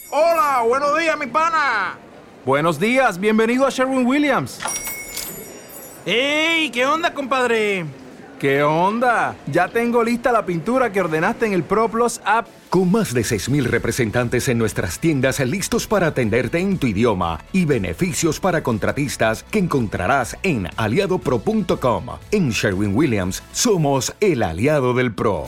Hola, buenos días, mi pana. Buenos días, bienvenido a Sherwin-Williams. ¡Ey! ¿Qué onda, compadre? ¿Qué onda? Ya tengo lista la pintura que ordenaste en el ProPlus app. Con más de 6,000 representantes en nuestras tiendas listos para atenderte en tu idioma y beneficios para contratistas que encontrarás en aliadopro.com. En Sherwin-Williams somos el aliado del pro.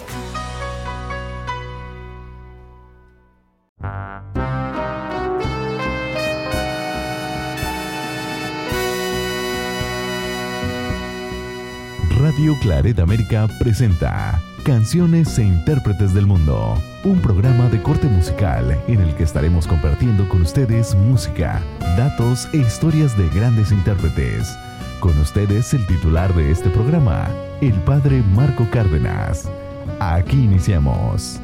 Radio Claret América presenta Canciones e Intérpretes del Mundo, un programa de corte musical en el que estaremos compartiendo con ustedes música, datos e historias de grandes intérpretes. Con ustedes el titular de este programa, el padre Marco Cárdenas. Aquí iniciamos.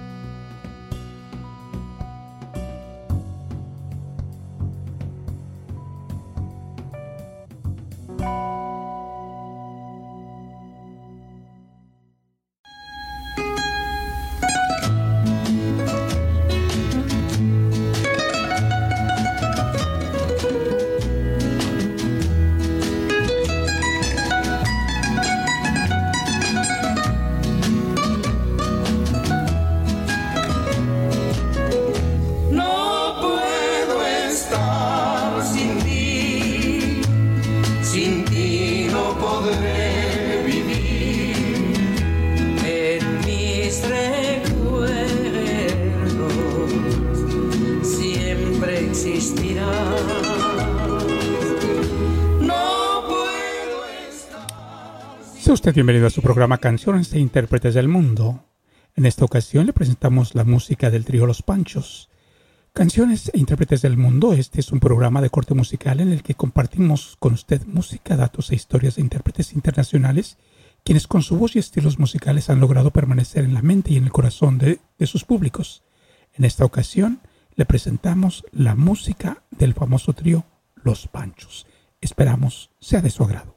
Sea usted bienvenido a su programa Canciones e Intérpretes del Mundo. En esta ocasión le presentamos la música del trío Los Panchos. Canciones e Intérpretes del Mundo, este es un programa de corte musical en el que compartimos con usted música, datos e historias de intérpretes internacionales, quienes con su voz y estilos musicales han logrado permanecer en la mente y en el corazón de sus públicos. En esta ocasión le presentamos la música del famoso trío Los Panchos. Esperamos sea de su agrado.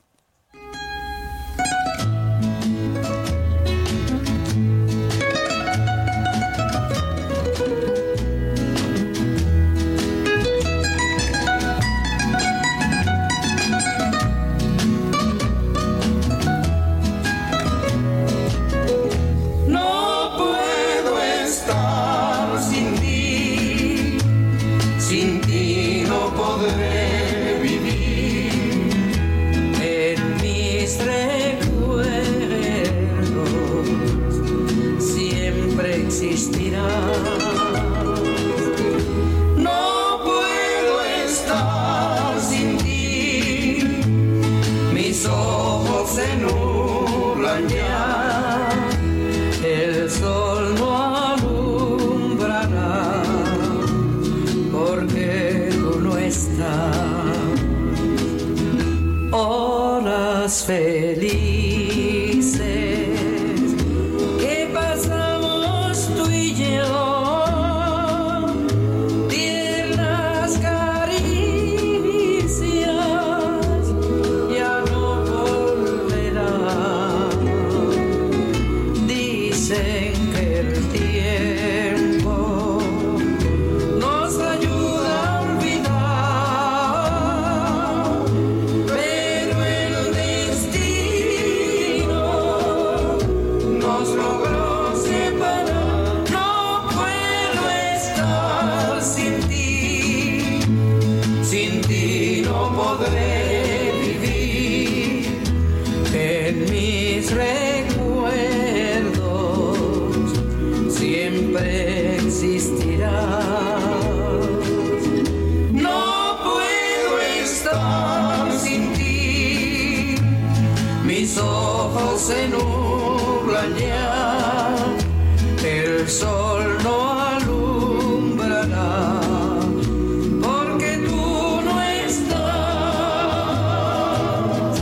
Felices que pasamos tú y yo, tiernas caricias ya no volverán. Dicen que el tiempo nos ayuda a olvidar, pero el destino nos logró separar. No puedo estar sin ti no podré vivir. En mis recuerdos siempre existirás. No puedo estar sin ti, mis ojos se nublan ya, el sol no alumbrará, porque tú no estás.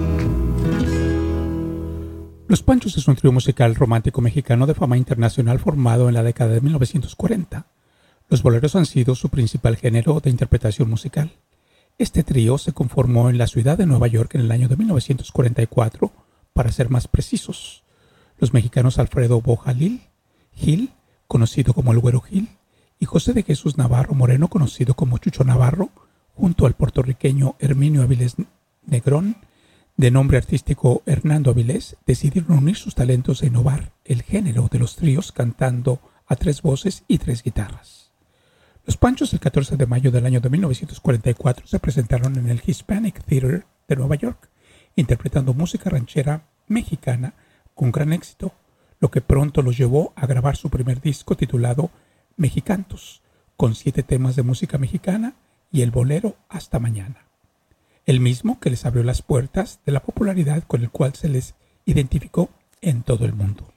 Los Panchos es un trío musical romántico mexicano de fama internacional formado en la década de 1940. Los boleros han sido su principal género de interpretación musical. Este trío se conformó en la ciudad de Nueva York en el año de 1944, para ser más precisos. Los mexicanos Alfredo Bojalil Gil, conocido como el Güero Gil, y José de Jesús Navarro Moreno, conocido como Chucho Navarro, junto al puertorriqueño Herminio Avilés Negrón, de nombre artístico Hernando Avilés, decidieron unir sus talentos e innovar el género de los tríos cantando a 3 voces y 3 guitarras. Los Panchos, el 14 de mayo del año de 1944, se presentaron en el Hispanic Theater de Nueva York, interpretando música ranchera mexicana con gran éxito, lo que pronto los llevó a grabar su primer disco titulado Mexicantos, con 7 temas de música mexicana y el bolero Hasta Mañana, el mismo que les abrió las puertas de la popularidad con el cual se les identificó en todo el mundo.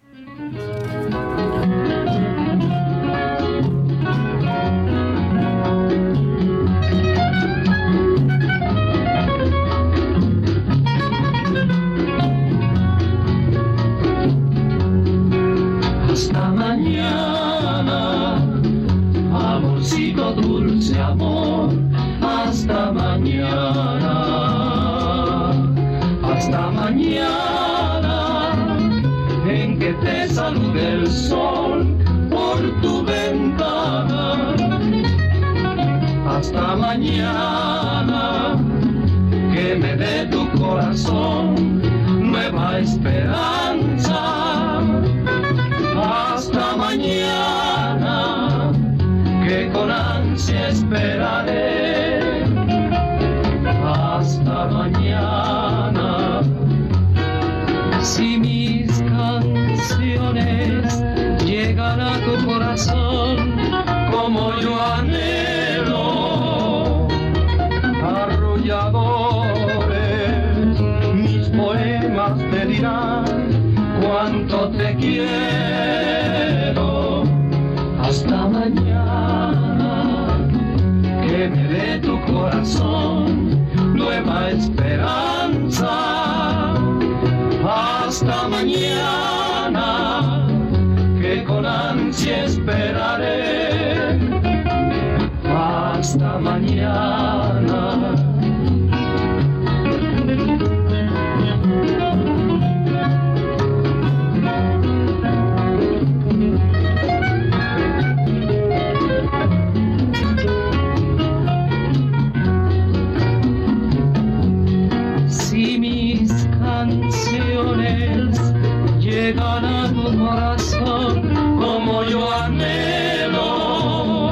Hasta mañana, amorcito dulce amor, hasta mañana, hasta mañana, en que te salude el sol por tu ventana, hasta mañana, que me dé tu corazón nueva esperanza. Hasta mañana, que con ansia esperaré. Hasta mañana. Si mis canciones llegan a tu corazón como yo anhelo, arrulladores, mis poemas te dirán cuánto te quiero. Hasta mañana, que me dé tu corazón nueva esperanza. Hasta mañana, que con ansia esperaré. Hasta mañana. Llegan a tu corazón como yo anhelo,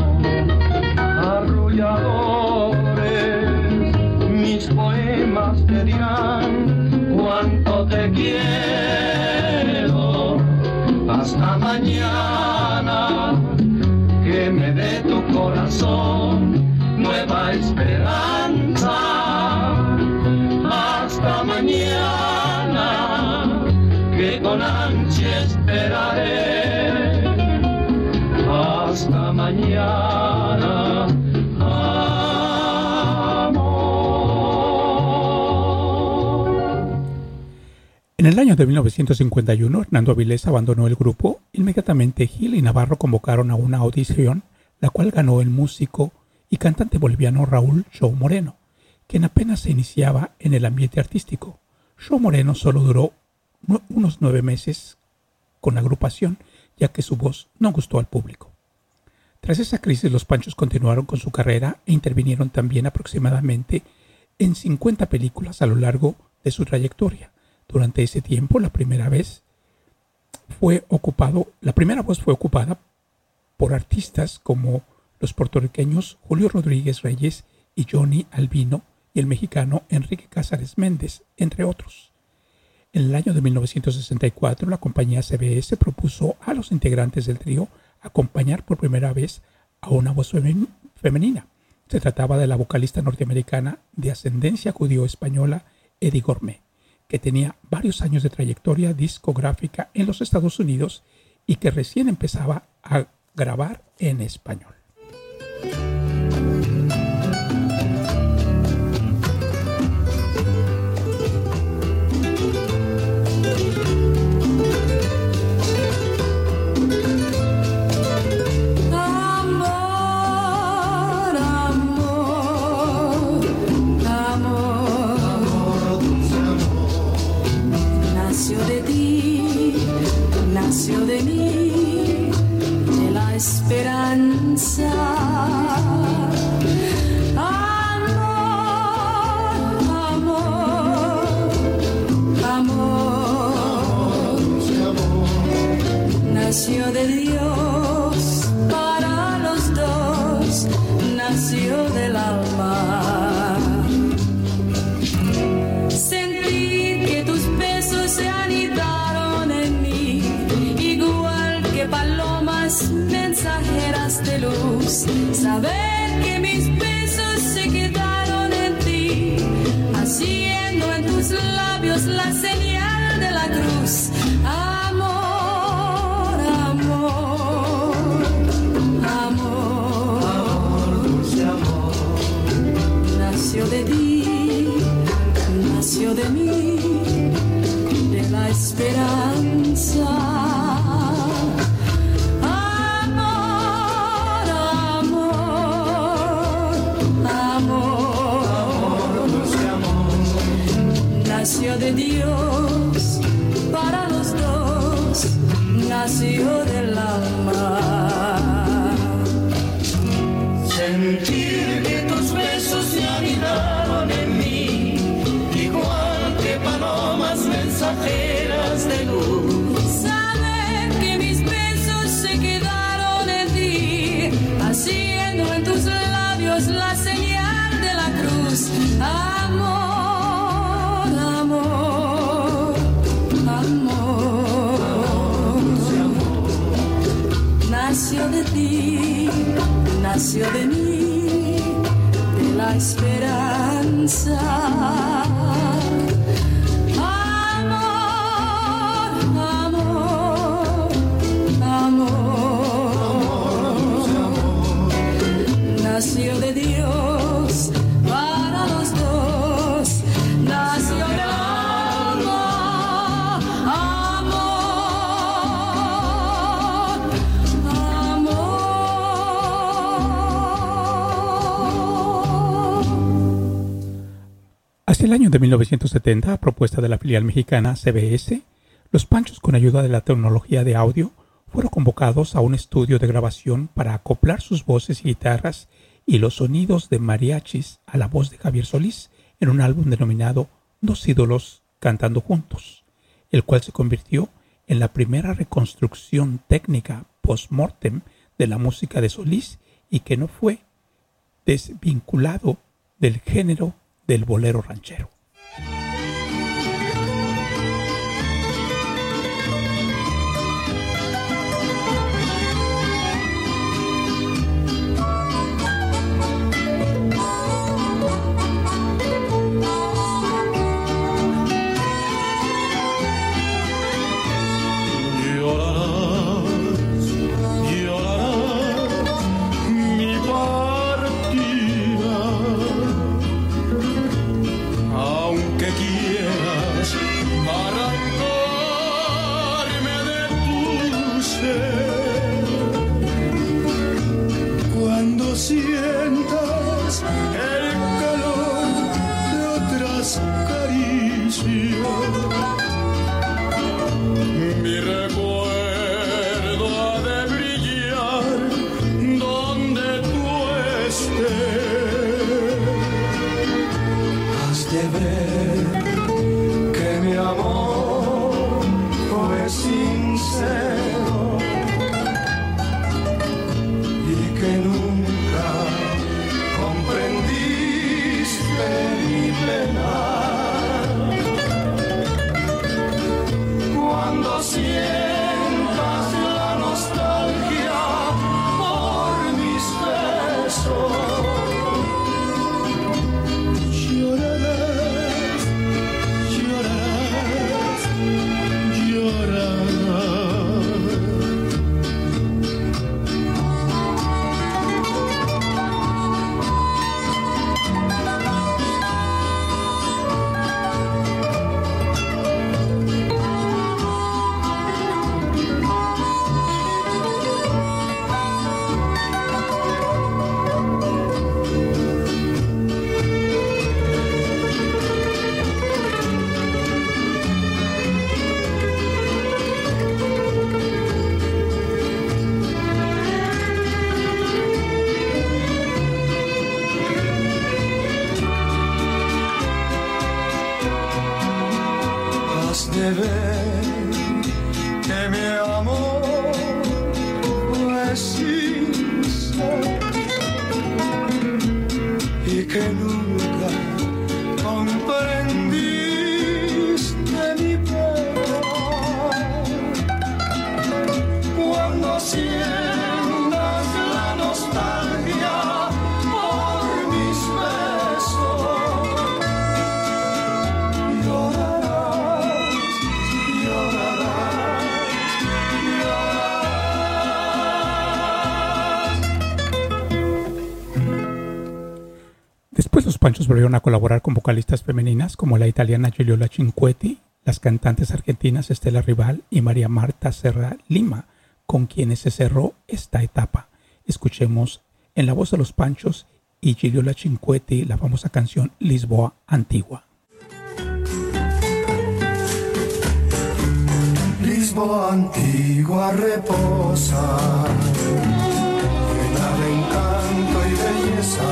arrulladores, mis poemas te dirán cuánto te quiero. Hasta mañana, que me dé tu corazón nueva esperanza. Hasta mañana, que con ansia esperaré. Hasta mañana, amor. En el año de 1951, Hernando Avilés abandonó el grupo. Inmediatamente Gil y Navarro convocaron a una audición, la cual ganó el músico y cantante boliviano Raúl Show Moreno, quien apenas se iniciaba en el ambiente artístico. Show Moreno solo duró unos 9 meses con la agrupación, ya que su voz no gustó al público. Tras esa crisis, los Panchos continuaron con su carrera e intervinieron también aproximadamente en 50 películas a lo largo de su trayectoria. Durante ese tiempo, la primera voz fue ocupada por artistas como los puertorriqueños Julio Rodríguez Reyes y Johnny Albino y el mexicano Enrique Cázares Méndez, entre otros. En el año de 1964, la compañía CBS propuso a los integrantes del trío acompañar por primera vez a una voz femenina. Se trataba de la vocalista norteamericana de ascendencia judío-española Eddie Gourmet, que tenía varios años de trayectoria discográfica en los Estados Unidos y que recién empezaba a grabar en español. Nació de mí, de la esperanza. nació de Dios para los dos, nació del alma. Sentí que tus besos se anidaron en mí, igual que palomas mensajeras de luz. Saber que mis besos se quedaron en ti, haciendo en tus labios la señal de la cruz. Amor, amor, amor, dulce amor. Nació de ti, nació de mí, de la esperanza. Nació de Dios para los dos, nació del alma. Sentir que tus besos se anidaron en mí, igual que palomas mensajeras de luz. Saber que mis besos se quedaron en ti, haciendo en tus labios la señal de la cruz. Amor. Nació de ti, nació de mí, de la esperanza. Amor, amor, amor. Nació de Dios para los dos, nació del alma. Hacia el año de 1970, a propuesta de la filial mexicana CBS, los Panchos, con ayuda de la tecnología de audio, fueron convocados a un estudio de grabación para acoplar sus voces y guitarras y los sonidos de mariachis a la voz de Javier Solís en un álbum denominado Dos ídolos cantando juntos, el cual se convirtió en la primera reconstrucción técnica post-mortem de la música de Solís y que no fue desvinculado del género del bolero ranchero. Sientas el calor de otras caricias, mi recuerdo ha de brillar donde tú estés. Has de ver que mi amor fue sincero y que nunca comprendí Después los Panchos volvieron a colaborar con vocalistas femeninas como la italiana Giuliola Cinquetti, las cantantes argentinas Estela Rival y María Marta Serra Lima, con quienes se cerró esta etapa. Escuchemos en la voz de los Panchos y Giuliola Cinquetti la famosa canción Lisboa Antigua. Lisboa antigua reposa, llena de encanto y belleza.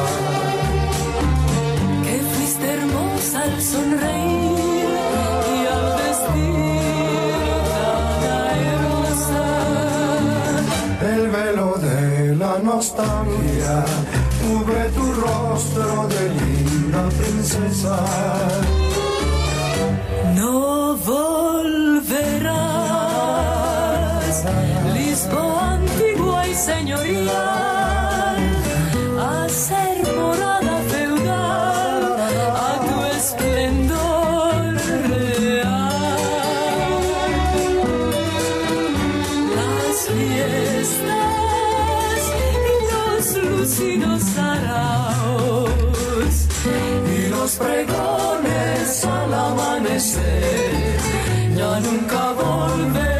Que fuiste hermosa al sonreír y al vestir tan airosa. El velo de la nostalgia cubre tu rostro de linda princesa. No volverás, Lisboa antigua y señorial, a ser morada feudal, a tu esplendor real. Las fiestas y los lucidos araos y los pregones al amanecer ya nunca volverán.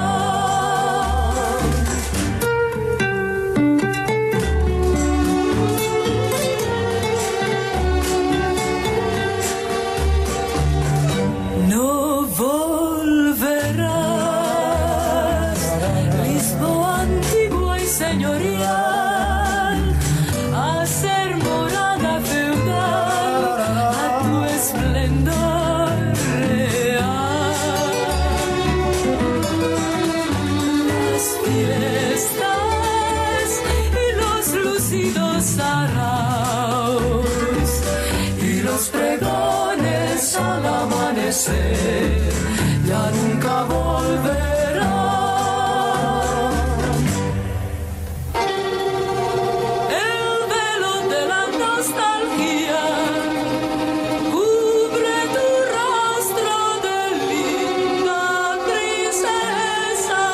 No volverás, Lisboa antigua y señorial, a ser morada feudal, a tu esplendor real. Las fiestas y los lucidos araos y los pregones al amanecer ya nunca volverán. El velo de la nostalgia cubre tu rostro de linda princesa.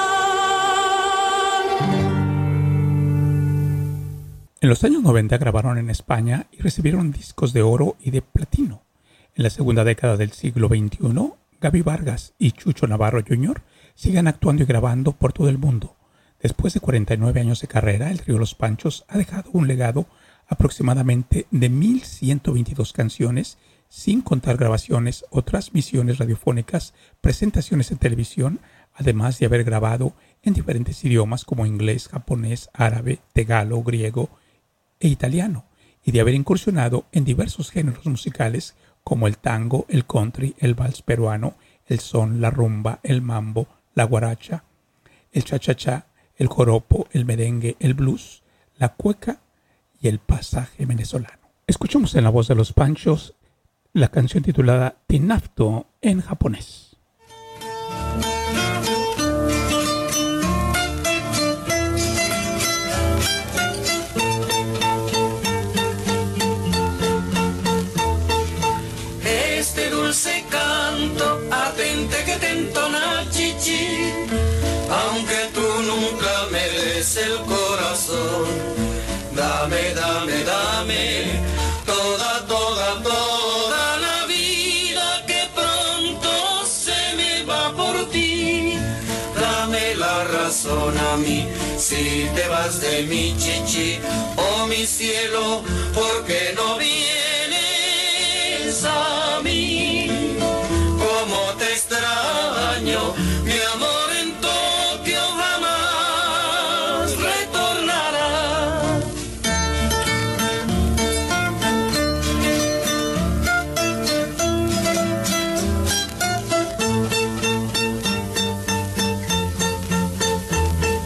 En los años 90 grabaron en España y recibieron discos de oro y de platino. En la segunda década del siglo XXI, Gaby Vargas y Chucho Navarro Jr. siguen actuando y grabando por todo el mundo. Después de 49 años de carrera, el trío Los Panchos ha dejado un legado aproximadamente de 1.122 canciones, sin contar grabaciones o transmisiones radiofónicas, presentaciones en televisión, además de haber grabado en diferentes idiomas como inglés, japonés, árabe, tegalo, griego e italiano, y de haber incursionado en diversos géneros musicales como el tango, el country, el vals peruano, el son, la rumba, el mambo, la guaracha, el cha-cha-cha, el joropo, el merengue, el blues, la cueca y el pasaje venezolano. Escuchemos en la voz de Los Panchos la canción titulada Tinafto en japonés. Este dulce canto atente que te entona chichi, aunque tú nunca me des el corazón. Dame, dame, dame toda, toda, toda la vida que pronto se me va por ti. Dame la razón a mí si te vas de mi chichi, oh mi cielo, porque no vienes a mí. Como te extraño, mi amor en Tokio jamás retornará.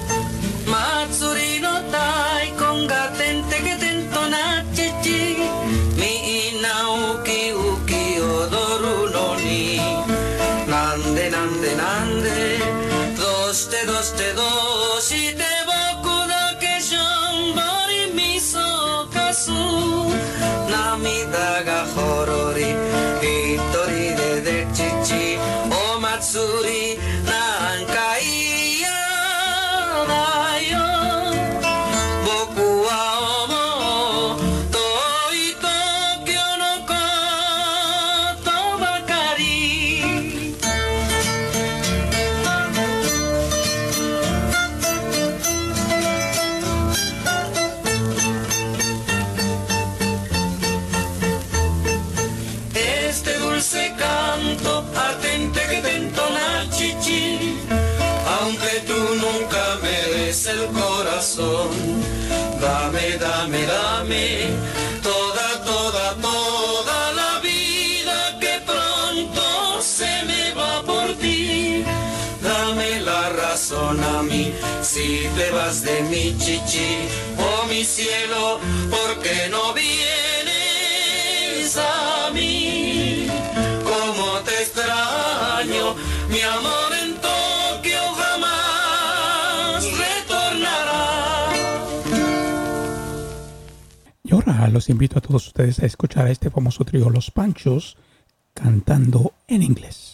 Matsuri no tai con gatente que te entona chichi, Dame, dame, dame toda, toda, toda la vida que pronto se me va por ti. Dame la razón a mí si te vas de mi chichi, oh mi cielo, porque no vienes a mí. Como te extraño, mi amor en Tokio jamás retornará. Y ahora los invito a todos ustedes a escuchar a este famoso trío Los Panchos cantando en inglés.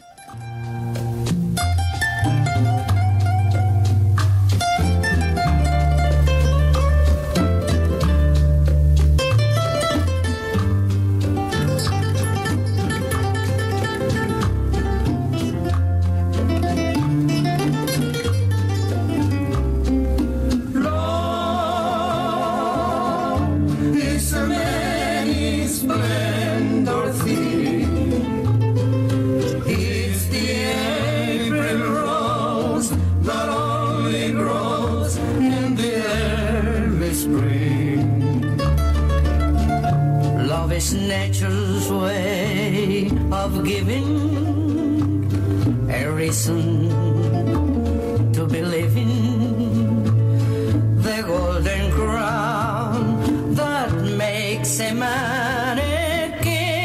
Nature's way of giving a reason to believe in the golden crown that makes a man a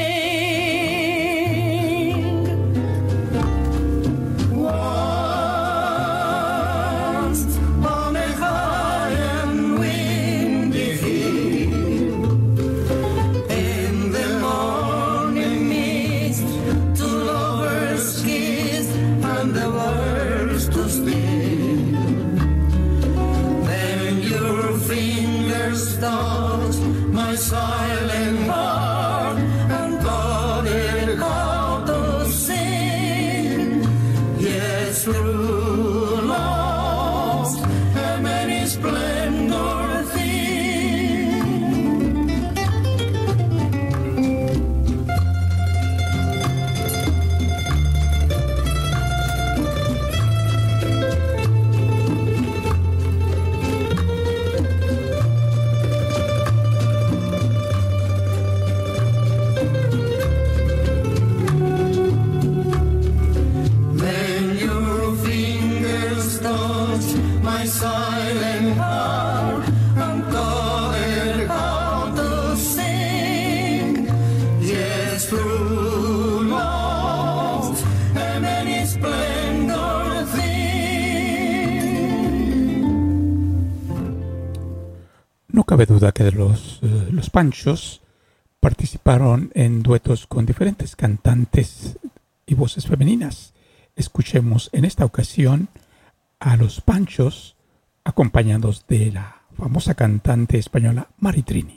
king. Once on a high and windy hill, touched my silent heart and taught it how to sing. Yes, through lost and many splendor thing. Silent heart, I'm taught it how to sing. Yes, through lost and any splendor thing. No cabe duda que los Panchos participaron en duetos con diferentes cantantes y voces femeninas. Escuchemos en esta ocasión a los Panchos acompañados de la famosa cantante española Mari Trini.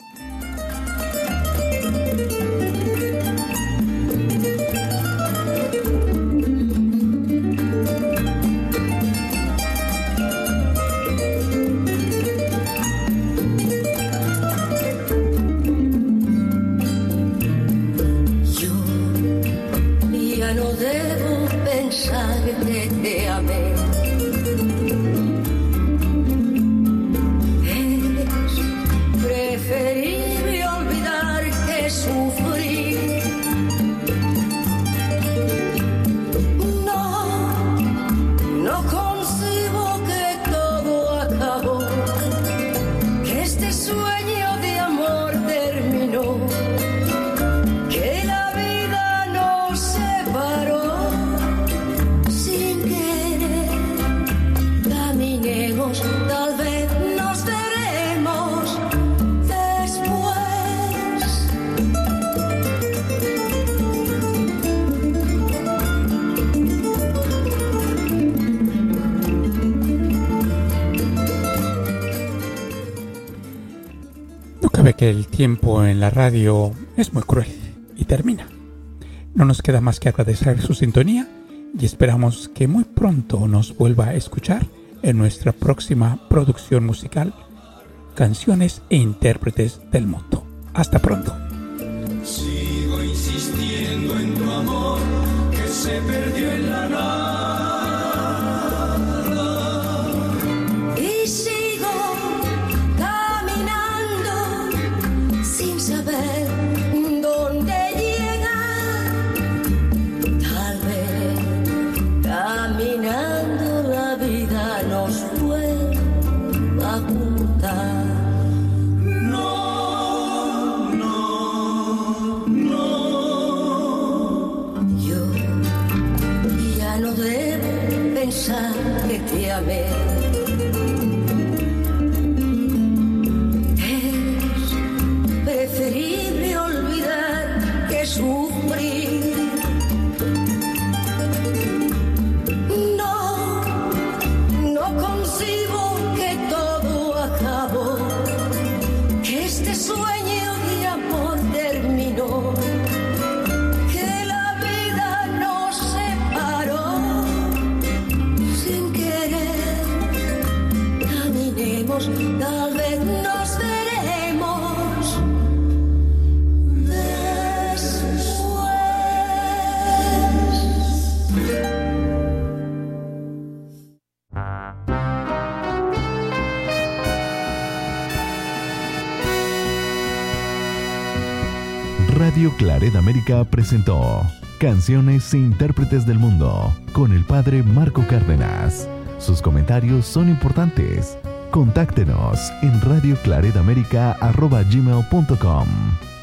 Yo ya no debo pensar que te amé. Preferible olvidar que sufrí. No concibo que todo acabó, que este sueño de amor terminó, que la vida nos separó sin querer. Caminemos, tal vez nos veremos después. No cabe que el tiempo en la radio es muy cruel y termina. No nos queda más que agradecer su sintonía y esperamos que muy pronto nos vuelva a escuchar en nuestra próxima producción musical, Canciones e Intérpretes del Mundo. Hasta pronto. Sigo insistiendo en tu amor que se perdió en la nada. Y sigo sueño de amor terminó, que la vida nos separó sin querer. Caminemos, tal vez nos veremos después. Radio Claret América presentó Canciones e Intérpretes del Mundo con el padre Marco Cárdenas. Sus comentarios son importantes. Contáctenos en radioclaretamerica@gmail.com.